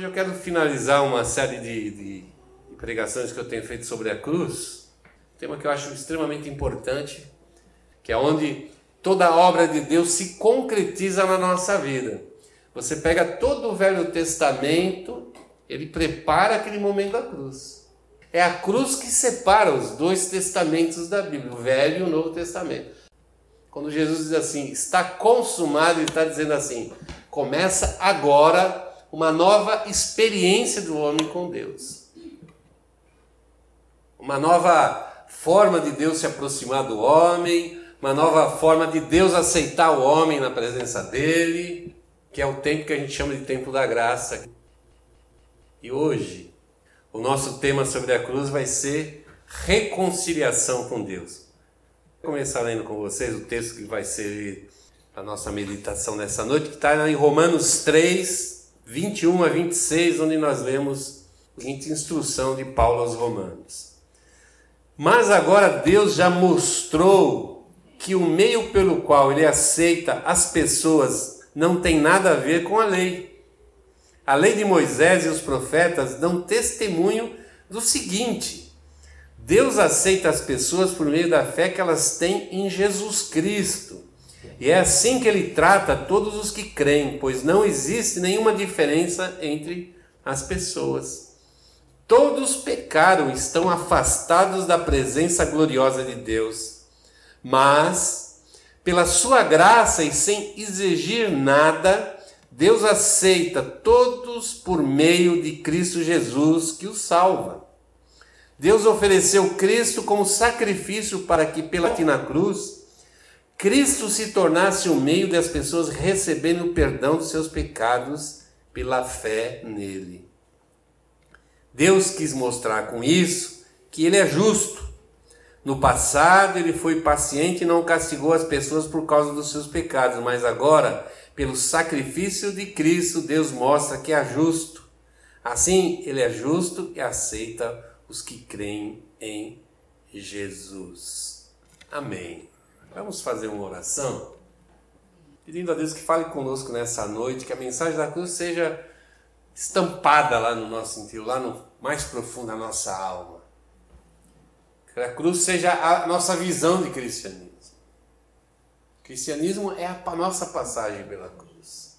eu quero finalizar uma série de pregações que eu tenho feito sobre a cruz, um tema que eu acho extremamente importante, que é onde toda a obra de Deus se concretiza na nossa vida. Você pega todo o Velho Testamento, ele prepara aquele momento da cruz. É a cruz que separa os dois testamentos da Bíblia, o Velho e o Novo Testamento. Quando Jesus diz assim, está consumado, ele está dizendo assim, começa agora uma nova experiência do homem com Deus. Uma nova forma de Deus se aproximar do homem, uma nova forma de Deus aceitar o homem na presença dele, que é o tempo que a gente chama de tempo da graça. E hoje, o nosso tema sobre a cruz vai ser reconciliação com Deus. Vou começar lendo com vocês o texto que vai ser a nossa meditação nessa noite, que está em Romanos 3, 21 a 26, onde nós lemos a seguinte instrução de Paulo aos Romanos. Mas agora Deus já mostrou que o meio pelo qual ele aceita as pessoas não tem nada a ver com a lei. A lei de Moisés e os profetas dão testemunho do seguinte: Deus aceita as pessoas por meio da fé que elas têm em Jesus Cristo. E é assim que ele trata todos os que creem, pois não existe nenhuma diferença entre as pessoas. Todos pecaram e estão afastados da presença gloriosa de Deus. Mas, pela sua graça e sem exigir nada, Deus aceita todos por meio de Cristo Jesus, que os salva. Deus ofereceu Cristo como sacrifício para que, pela na cruz, Cristo se tornasse o meio das pessoas receberem o perdão dos seus pecados pela fé nele. Deus quis mostrar com isso que ele é justo. No passado ele foi paciente e não castigou as pessoas por causa dos seus pecados, mas agora, pelo sacrifício de Cristo, Deus mostra que é justo. Assim, ele é justo e aceita os que creem em Jesus. Amém. Vamos fazer uma oração, pedindo a Deus que fale conosco nessa noite, que a mensagem da cruz seja estampada lá no nosso interior, lá no mais profundo da nossa alma. Que a cruz seja a nossa visão de cristianismo. O cristianismo é a nossa passagem pela cruz.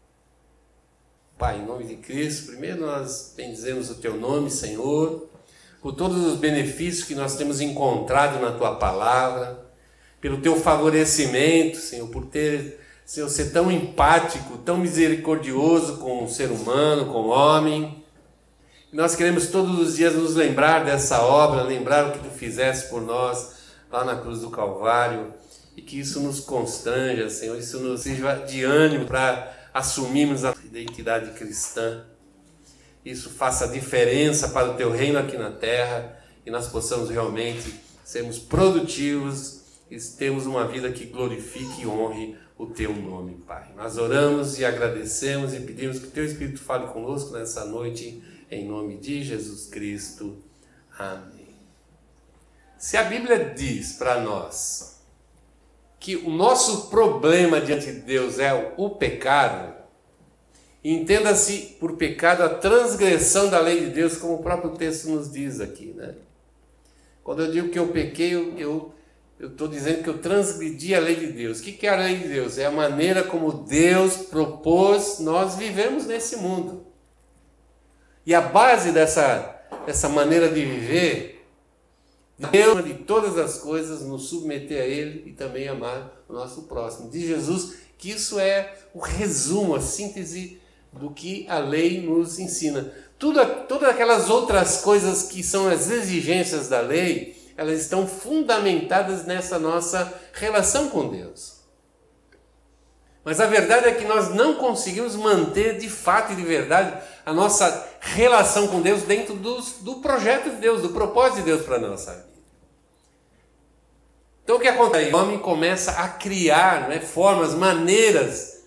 Pai, em nome de Cristo, primeiro nós bendizemos o Teu nome, Senhor, por todos os benefícios que nós temos encontrado na Tua palavra, pelo Teu favorecimento, Senhor, por ter, Senhor, ser tão empático, tão misericordioso com o ser humano, com o homem. E nós queremos todos os dias nos lembrar dessa obra, lembrar o que Tu fizeste por nós lá na cruz do Calvário, e que isso nos constranja, Senhor, isso nos sirva de ânimo para assumirmos a identidade cristã. Isso faça diferença para o Teu reino aqui na terra, e nós possamos realmente sermos produtivos e termos uma vida que glorifique e honre o Teu nome, Pai. Nós oramos e agradecemos e pedimos que o Teu Espírito fale conosco nessa noite, em nome de Jesus Cristo. Amém. Se a Bíblia diz para nós que o nosso problema diante de Deus é o pecado, entenda-se por pecado a transgressão da lei de Deus, como o próprio texto nos diz aqui, né? Quando eu digo que eu pequei, eu estou dizendo que eu transgredi a lei de Deus. O que é a lei de Deus? É a maneira como Deus propôs nós vivemos nesse mundo. E a base dessa maneira de viver, Deus, de todas as coisas, nos submeter a Ele e também amar o nosso próximo. Diz Jesus que isso é o resumo, a síntese do que a lei nos ensina. Todas aquelas outras coisas que são as exigências da lei, elas estão fundamentadas nessa nossa relação com Deus. Mas a verdade é que nós não conseguimos manter de fato e de verdade a nossa relação com Deus dentro do projeto de Deus, do propósito de Deus para a nossa vida. Então o que acontece? O homem começa a criar, né, formas, maneiras,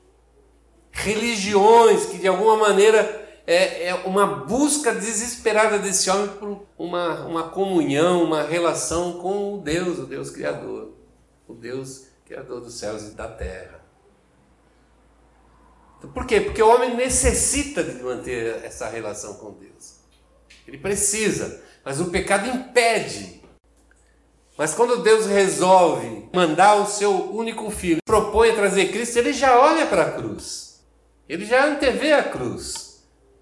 religiões que de alguma maneira é uma busca desesperada desse homem por uma comunhão, uma relação com o Deus Criador dos céus e da terra. Por quê? Porque o homem necessita de manter essa relação com Deus. Ele precisa, mas o pecado impede. Mas quando Deus resolve mandar o seu único filho, propõe trazer Cristo, ele já olha para a cruz. Ele já antevê a cruz.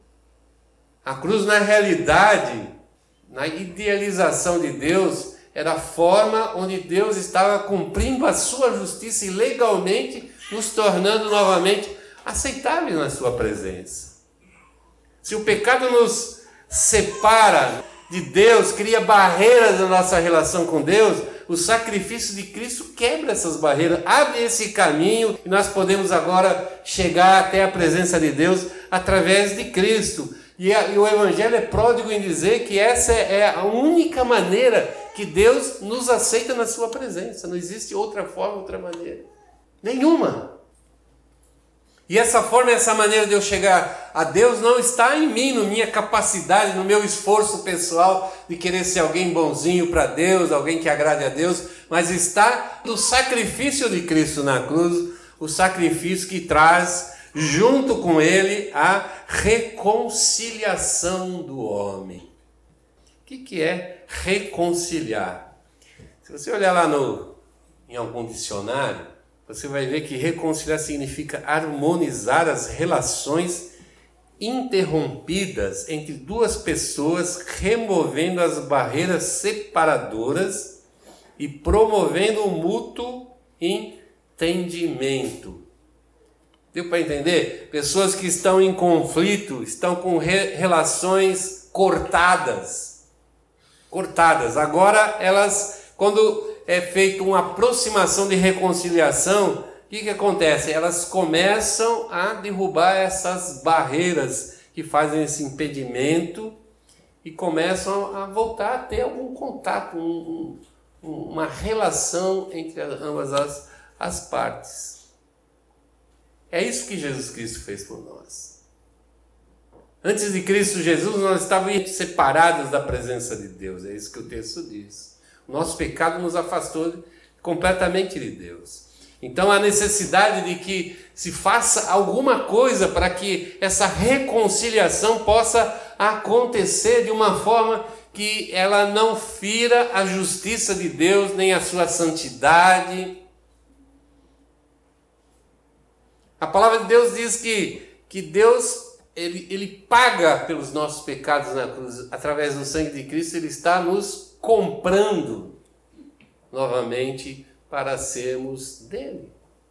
A cruz, na realidade, na idealização de Deus, era a forma onde Deus estava cumprindo a sua justiça e legalmente nos tornando novamente aceitáveis na sua presença. Se o pecado nos separa de Deus, cria barreiras na nossa relação com Deus, o sacrifício de Cristo quebra essas barreiras, abre esse caminho e nós podemos agora chegar até a presença de Deus através de Cristo. E o Evangelho é pródigo em dizer que essa é a única maneira que Deus nos aceita na sua presença. Não existe outra forma, outra maneira. Nenhuma. E essa forma, essa maneira de eu chegar a Deus não está em mim, na minha capacidade, no meu esforço pessoal de querer ser alguém bonzinho para Deus, alguém que agrade a Deus, mas está no sacrifício de Cristo na cruz, o sacrifício que traz junto com ele a reconciliação do homem. O que é reconciliar? Se você olhar lá em algum dicionário, você vai ver que reconciliar significa harmonizar as relações interrompidas entre duas pessoas, removendo as barreiras separadoras e promovendo o mútuo entendimento. Deu para entender? Pessoas que estão em conflito, estão com relações cortadas. Agora elas, quando é feita uma aproximação de reconciliação, o que acontece? Elas começam a derrubar essas barreiras que fazem esse impedimento e começam a voltar a ter algum contato, uma relação entre ambas as partes. É isso que Jesus Cristo fez por nós. Antes de Cristo Jesus, nós estávamos separados da presença de Deus. É isso que o texto diz. O nosso pecado nos afastou completamente de Deus. Então há necessidade de que se faça alguma coisa para que essa reconciliação possa acontecer de uma forma que ela não fira a justiça de Deus, nem a sua santidade. A palavra de Deus diz que Deus ele paga pelos nossos pecados na cruz. Através do sangue de Cristo, ele está nos comprando novamente para sermos dele.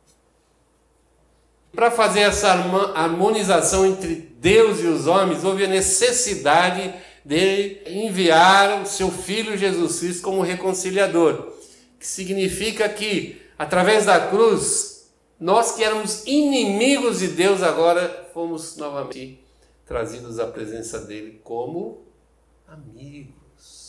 Para fazer essa harmonização entre Deus e os homens, houve a necessidade de enviar o seu Filho Jesus Cristo como reconciliador, que significa que, através da cruz, nós que éramos inimigos de Deus, agora fomos novamente trazidos à presença dele como amigos.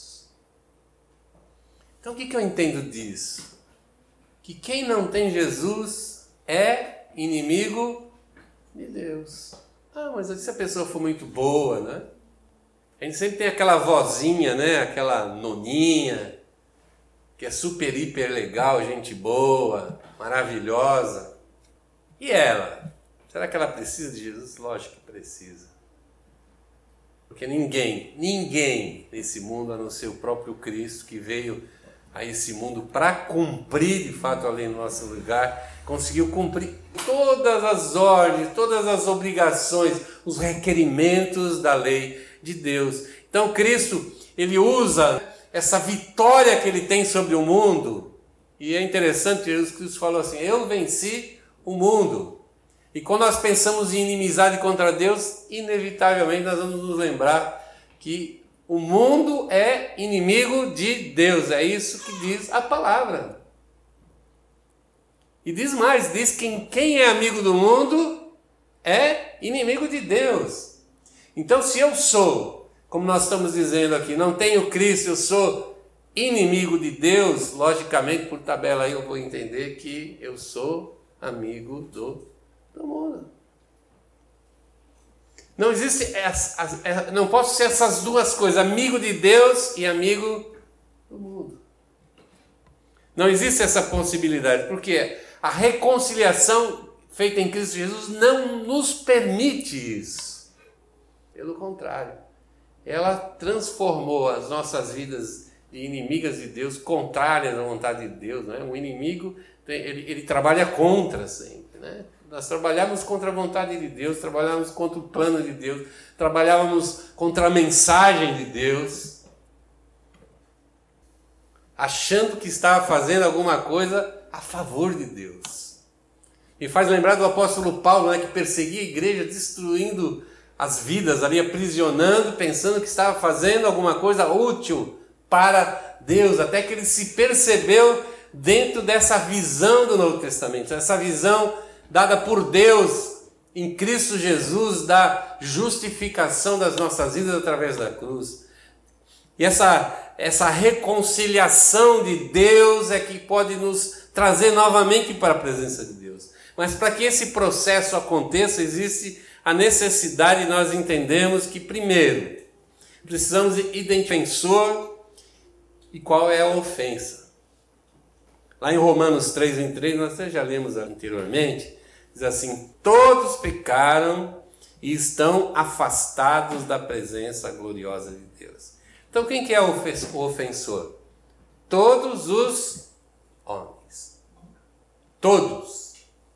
Então o que eu entendo disso? Que quem não tem Jesus é inimigo de Deus. Mas se a pessoa for muito boa, né? A gente sempre tem aquela vozinha, né? Aquela noninha, que é super, hiper legal, gente boa, maravilhosa. E ela? Será que ela precisa de Jesus? Lógico que precisa. Porque ninguém nesse mundo, a não ser o próprio Cristo, que veio a esse mundo para cumprir de fato a lei no nosso lugar, conseguiu cumprir todas as ordens, todas as obrigações, os requerimentos da lei de Deus. Então Cristo, ele usa essa vitória que ele tem sobre o mundo, e é interessante, Jesus Cristo falou assim: eu venci o mundo. E quando nós pensamos em inimizade contra Deus, inevitavelmente nós vamos nos lembrar que o mundo é inimigo de Deus. É isso que diz a palavra. E diz mais, diz que quem é amigo do mundo é inimigo de Deus. Então se eu sou, como nós estamos dizendo aqui, não tenho Cristo, eu sou inimigo de Deus, logicamente por tabela aí eu vou entender que eu sou amigo do mundo. Não existe, não posso ser essas duas coisas, amigo de Deus e amigo do mundo. Não existe essa possibilidade, porque a reconciliação feita em Cristo Jesus não nos permite isso. Pelo contrário, ela transformou as nossas vidas de inimigas de Deus, contrárias à vontade de Deus, né? O inimigo, ele trabalha contra sempre, né? Nós trabalhávamos contra a vontade de Deus, trabalhávamos contra o plano de Deus, trabalhávamos contra a mensagem de Deus, achando que estava fazendo alguma coisa a favor de Deus. Me faz lembrar do apóstolo Paulo, né, que perseguia a igreja, destruindo as vidas ali, aprisionando, pensando que estava fazendo alguma coisa útil para Deus, até que ele se percebeu dentro dessa visão do Novo Testamento, essa visão dada por Deus em Cristo Jesus, da justificação das nossas vidas através da cruz. E essa reconciliação de Deus é que pode nos trazer novamente para a presença de Deus. Mas para que esse processo aconteça, existe a necessidade de nós entendermos que, primeiro, precisamos identificar o ofensor e qual é a ofensa. Lá em Romanos 3:3, nós já lemos anteriormente, diz assim: todos pecaram e estão afastados da presença gloriosa de Deus. Então quem que é o ofensor? Todos os homens. Todos.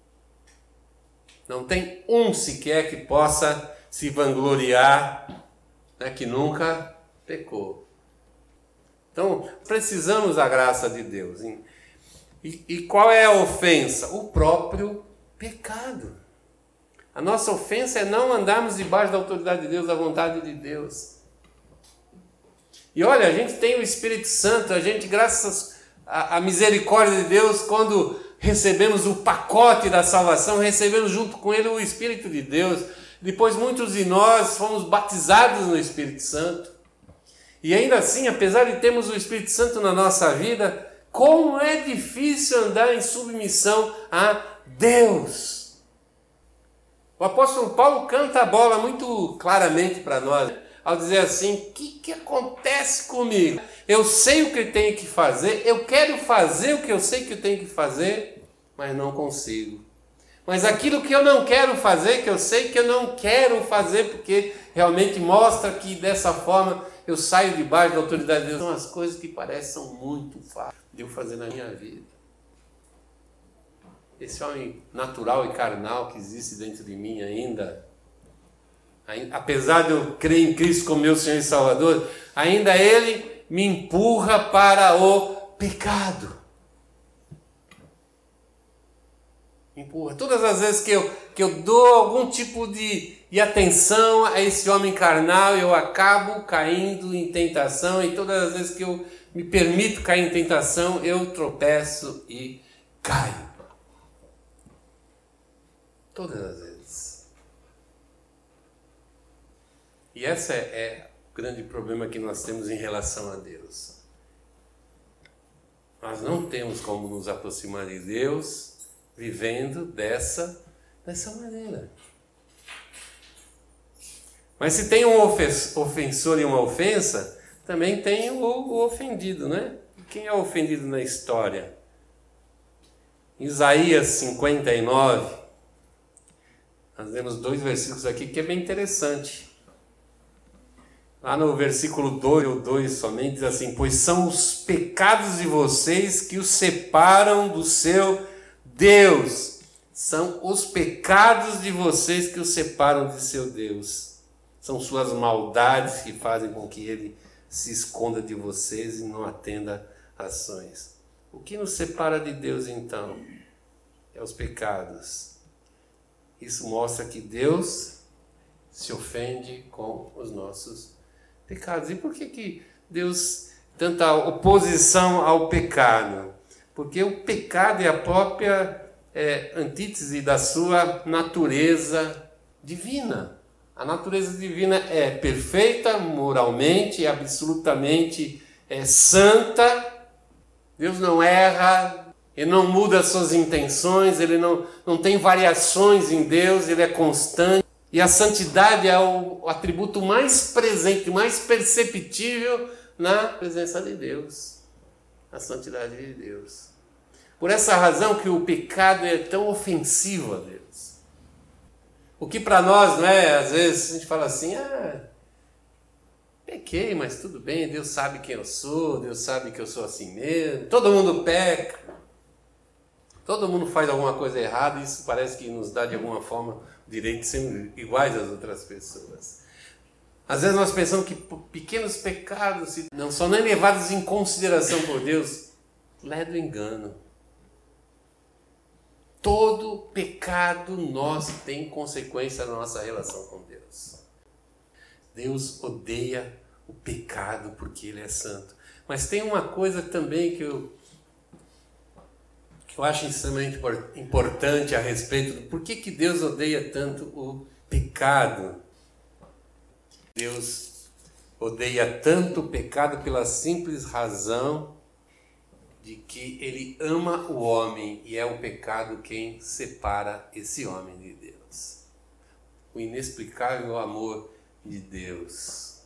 Não tem um sequer que possa se vangloriar, né, que nunca pecou. Então precisamos da graça de Deus. Hein? E qual é a ofensa? O próprio pecado. A nossa ofensa é não andarmos debaixo da autoridade de Deus, da vontade de Deus. E olha, a gente tem o Espírito Santo, a gente, graças à misericórdia de Deus, quando recebemos o pacote da salvação, recebemos junto com ele o Espírito de Deus. Depois muitos de nós fomos batizados no Espírito Santo. E ainda assim, apesar de termos o Espírito Santo na nossa vida, como é difícil andar em submissão a Deus. O apóstolo Paulo canta a bola muito claramente para nós, ao dizer assim: o que acontece comigo? Eu sei o que eu tenho que fazer, eu quero fazer o que eu sei que eu tenho que fazer, mas não consigo. Mas aquilo que eu não quero fazer, que eu sei que eu não quero fazer, porque realmente mostra que dessa forma eu saio debaixo da autoridade de Deus, são as coisas que parecem muito fáceis de eu fazer na minha vida. Esse homem natural e carnal que existe dentro de mim ainda, apesar de eu crer em Cristo como meu Senhor e Salvador, ainda ele me empurra para o pecado. Empurra. Todas as vezes que eu dou algum tipo de atenção a esse homem carnal, eu acabo caindo em tentação, e todas as vezes que eu me permito cair em tentação, eu tropeço e caio. Todas as vezes. E esse é o grande problema que nós temos em relação a Deus. Nós não temos como nos aproximar de Deus vivendo dessa maneira. Mas se tem um ofensor e uma ofensa, também tem o ofendido, né? Quem é o ofendido na história? Isaías 59, nós temos 2 versículos aqui que é bem interessante. Lá no versículo 2 somente, diz assim: pois são os pecados de vocês que os separam do seu Deus. São os pecados de vocês que os separam de seu Deus. São suas maldades que fazem com que ele se esconda de vocês e não atenda ações. O que nos separa de Deus então? É os pecados. Isso mostra que Deus se ofende com os nossos pecados. E por que Deus tanta oposição ao pecado? Porque o pecado é a própria antítese da sua natureza divina. A natureza divina é perfeita, moralmente, absolutamente santa. Deus não erra, ele não muda as suas intenções, ele não tem variações em Deus, ele é constante. E a santidade é o atributo mais presente, mais perceptível na presença de Deus. A santidade de Deus. Por essa razão que o pecado é tão ofensivo a Deus. O que para nós, não é? Às vezes a gente fala assim, pequei, mas tudo bem, Deus sabe quem eu sou, Deus sabe que eu sou assim mesmo, todo mundo peca, todo mundo faz alguma coisa errada, e isso parece que nos dá de alguma forma o direito de ser iguais às outras pessoas. Às vezes nós pensamos que pequenos pecados, se não são nem levados em consideração por Deus, ledo engano. Todo pecado nosso tem consequência na nossa relação com Deus. Deus odeia o pecado porque Ele é santo. Mas tem uma coisa também que eu acho extremamente importante a respeito do por que Deus odeia tanto o pecado. Deus odeia tanto o pecado pela simples razão de que Ele ama o homem e é o pecado quem separa esse homem de Deus. O inexplicável amor de Deus,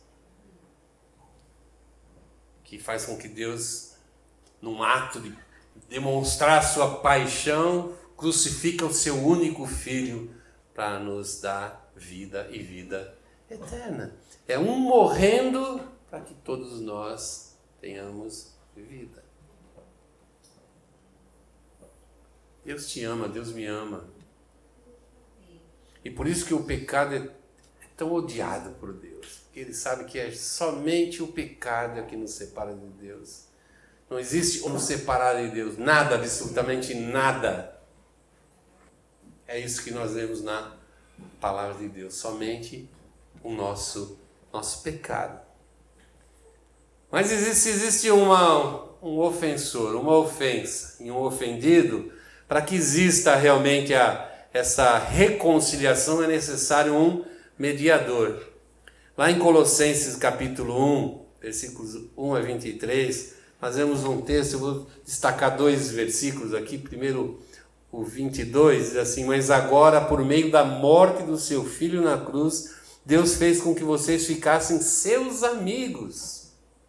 que faz com que Deus, num ato de demonstrar sua paixão, crucifica o seu único filho para nos dar vida e vida eterna. É um morrendo para que todos nós tenhamos vida. Deus te ama, Deus me ama. E por isso que o pecado é tão odiado por Deus. Porque Ele sabe que é somente o pecado que nos separa de Deus. Não existe um separar de Deus. Nada, absolutamente nada. É isso que nós vemos na palavra de Deus. Somente o nosso pecado. Mas existe um ofensor, uma ofensa e um ofendido. Para que exista realmente essa reconciliação é necessário um mediador. Lá em Colossenses capítulo 1, versículos 1 a 23, nós vemos um texto, eu vou destacar 2 versículos aqui. Primeiro, o 22, diz assim: mas agora, por meio da morte do seu Filho na cruz, Deus fez com que vocês ficassem seus amigos,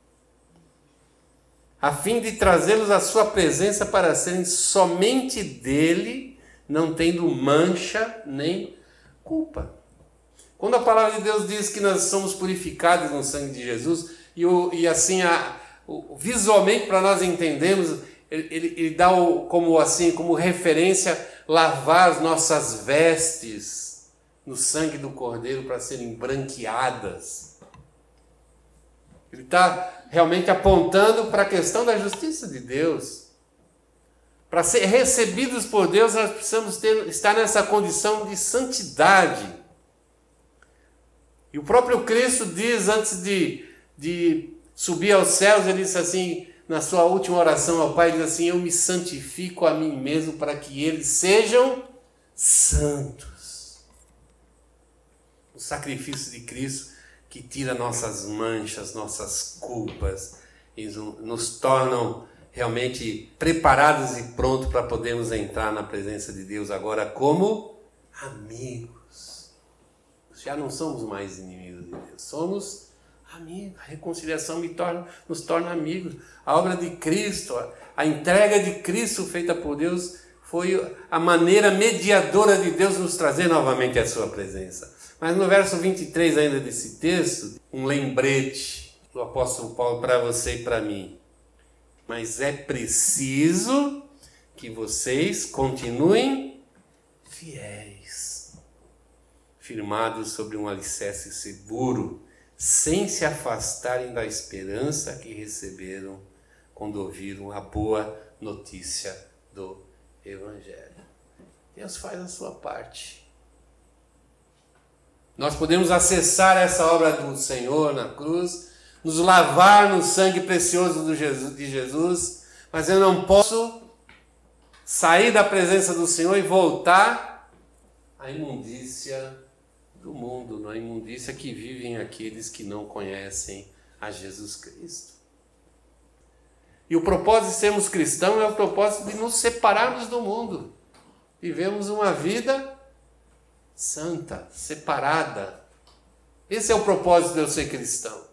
a fim de trazê-los à sua presença para serem somente dele, não tendo mancha nem culpa. Quando a palavra de Deus diz que nós somos purificados no sangue de Jesus, e assim, visualmente para nós entendermos, ele dá como referência lavar as nossas vestes no sangue do Cordeiro para serem branqueadas. Ele está realmente apontando para a questão da justiça de Deus. Para ser recebidos por Deus, nós precisamos estar nessa condição de santidade. E o próprio Cristo diz, antes de subir aos céus, ele disse assim, na sua última oração ao Pai, diz assim: eu me santifico a mim mesmo para que eles sejam santos. O sacrifício de Cristo que tira nossas manchas, nossas culpas, e nos tornam realmente preparados e prontos para podermos entrar na presença de Deus agora como amigos. Já não somos mais inimigos de Deus, somos amigos. A reconciliação nos torna amigos. A obra de Cristo, a entrega de Cristo feita por Deus foi a maneira mediadora de Deus nos trazer novamente à sua presença. Mas no verso 23 ainda desse texto, um lembrete do apóstolo Paulo para você e para mim. Mas é preciso que vocês continuem fiéis, firmados sobre um alicerce seguro, sem se afastarem da esperança que receberam quando ouviram a boa notícia do Evangelho. Deus faz a sua parte. Nós podemos acessar essa obra do Senhor na cruz, nos lavar no sangue precioso de Jesus, mas eu não posso sair da presença do Senhor e voltar à imundícia do mundo, na imundícia que vivem aqueles que não conhecem a Jesus Cristo. E o propósito de sermos cristãos é o propósito de nos separarmos do mundo. Vivemos uma vida santa, separada. Esse é o propósito de eu ser cristão.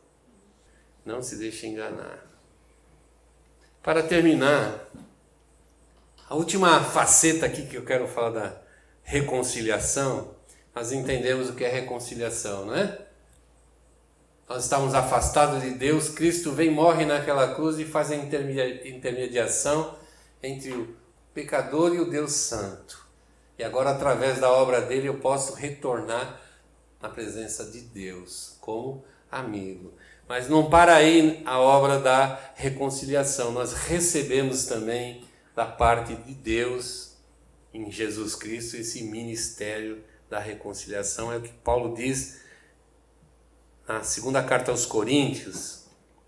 Não se deixe enganar. Para terminar, A última faceta aqui que eu quero falar da reconciliação, nós entendemos o que é reconciliação, não é? Nós estávamos afastados de Deus, Cristo vem, morre naquela cruz e faz a intermediação entre o pecador e o Deus Santo. E agora, através da obra dele, eu posso retornar na presença de Deus, como amigo. Mas não para aí a obra da reconciliação. Nós recebemos também da parte de Deus, em Jesus Cristo, esse ministério da reconciliação. É o que Paulo diz na segunda carta aos Coríntios,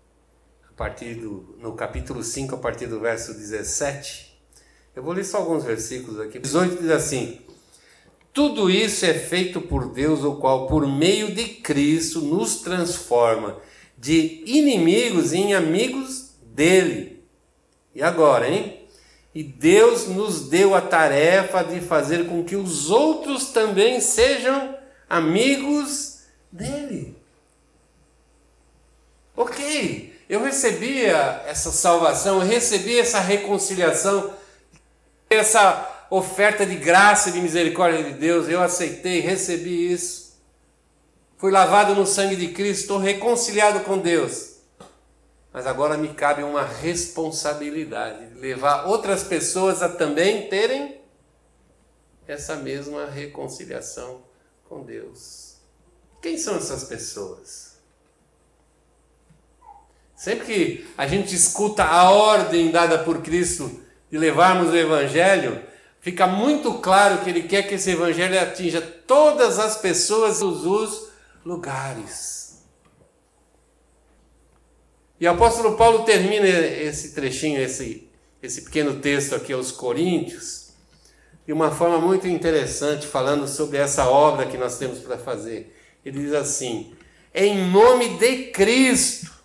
no capítulo 5, a partir do verso 17. Eu vou ler só alguns versículos aqui. 18 diz assim: tudo isso é feito por Deus, o qual, por meio de Cristo, nos transforma de inimigos em amigos dele. E agora, hein? E Deus nos deu a tarefa de fazer com que os outros também sejam amigos dele. Ok, eu recebi essa salvação, eu recebi essa reconciliação, essa oferta de graça e de misericórdia de Deus, eu aceitei, recebi isso. Fui lavado no sangue de Cristo, estou reconciliado com Deus. Mas agora me cabe uma responsabilidade de levar outras pessoas a também terem essa mesma reconciliação com Deus. Quem são essas pessoas? Sempre que a gente escuta a ordem dada por Cristo de levarmos o Evangelho, fica muito claro que Ele quer que esse Evangelho atinja todas as pessoas e os lugares. E o apóstolo Paulo termina esse trechinho, esse pequeno texto aqui aos Coríntios, de uma forma muito interessante, falando sobre essa obra que nós temos para fazer. Ele diz assim: em nome de Cristo,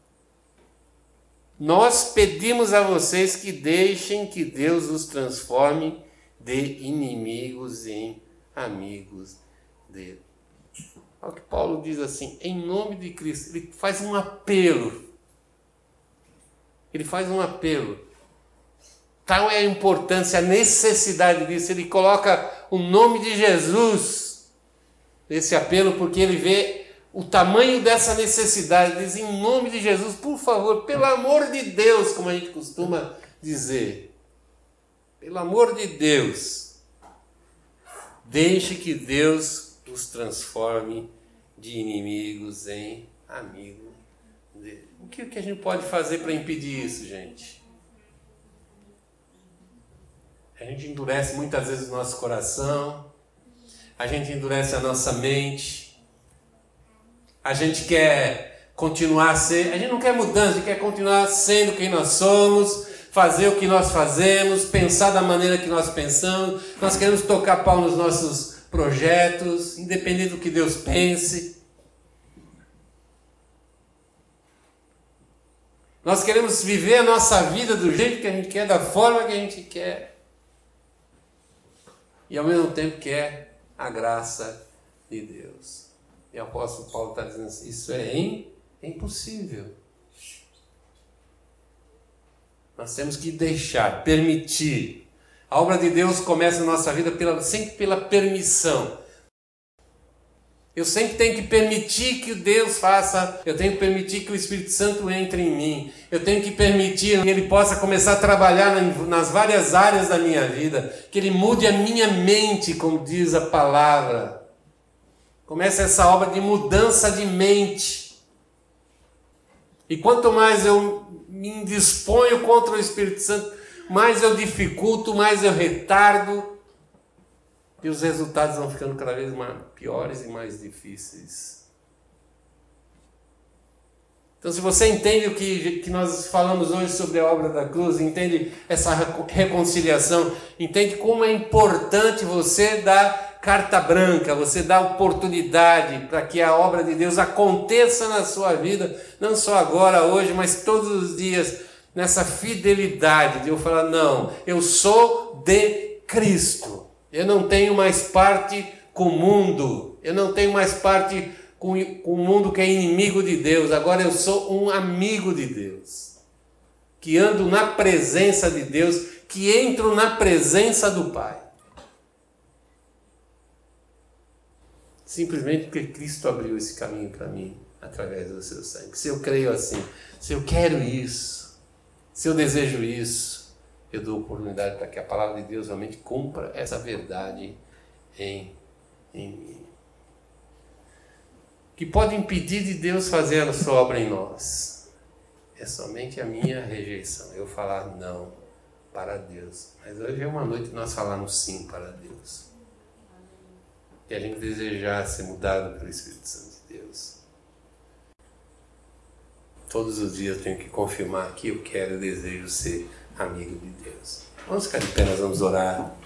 nós pedimos a vocês que deixem que Deus os transforme de inimigos em amigos dele. Olha o que Paulo diz assim, em nome de Cristo. Ele faz um apelo. Ele faz um apelo. Tal é a importância, a necessidade disso. Ele coloca o nome de Jesus nesse apelo, porque ele vê o tamanho dessa necessidade. Diz, em nome de Jesus, por favor, pelo amor de Deus, como a gente costuma dizer. Pelo amor de Deus, deixe que Deus os transforme de inimigos em amigos dele. O que a gente pode fazer para impedir isso, gente? A gente endurece muitas vezes o nosso coração, a gente endurece a nossa mente, a gente quer continuar a ser, a gente não quer mudança, a gente quer continuar sendo quem nós somos, fazer o que nós fazemos, pensar da maneira que nós pensamos. Nós queremos tocar pau nos nossos projetos, independente do que Deus pense. Nós queremos viver a nossa vida do jeito que a gente quer, da forma que a gente quer. E ao mesmo tempo quer a graça de Deus. E o apóstolo Paulo está dizendo assim, isso é impossível. Nós temos que deixar, permitir. A obra de Deus começa na nossa vida sempre pela permissão. Eu sempre tenho que permitir que Deus faça, eu tenho que permitir que o Espírito Santo entre em mim. Eu tenho que permitir que Ele possa começar a trabalhar nas várias áreas da minha vida. Que Ele mude a minha mente, como diz a palavra. Começa essa obra de mudança de mente. E quanto mais eu me indisponho contra o Espírito Santo, mais eu dificulto, mais eu retardo. E os resultados vão ficando cada vez piores e mais difíceis. Então, se você entende o que nós falamos hoje sobre a obra da cruz, entende essa reconciliação, entende como é importante você dar carta branca, você dar oportunidade para que a obra de Deus aconteça na sua vida, não só agora, hoje, mas todos os dias, nessa fidelidade de eu falar, não, eu sou de Cristo. Eu não tenho mais parte com o mundo. Eu não tenho mais parte com o mundo que é inimigo de Deus. Agora eu sou um amigo de Deus. Que ando na presença de Deus que entro na presença do Pai. Simplesmente porque Cristo abriu esse caminho para mim através do seu sangue. Se eu creio assim, se eu quero isso, se eu desejo isso, eu dou oportunidade para que a palavra de Deus realmente cumpra essa verdade em mim. O que pode impedir de Deus fazer a sua obra em nós é somente a minha rejeição. Eu falar não para Deus. Mas hoje é uma noite que nós falarmos sim para Deus. E a gente desejar ser mudado pelo Espírito Santo de Deus. Todos os dias eu tenho que confirmar que eu quero e desejo ser amigo de Deus. Vamos ficar de pé, nós vamos orar.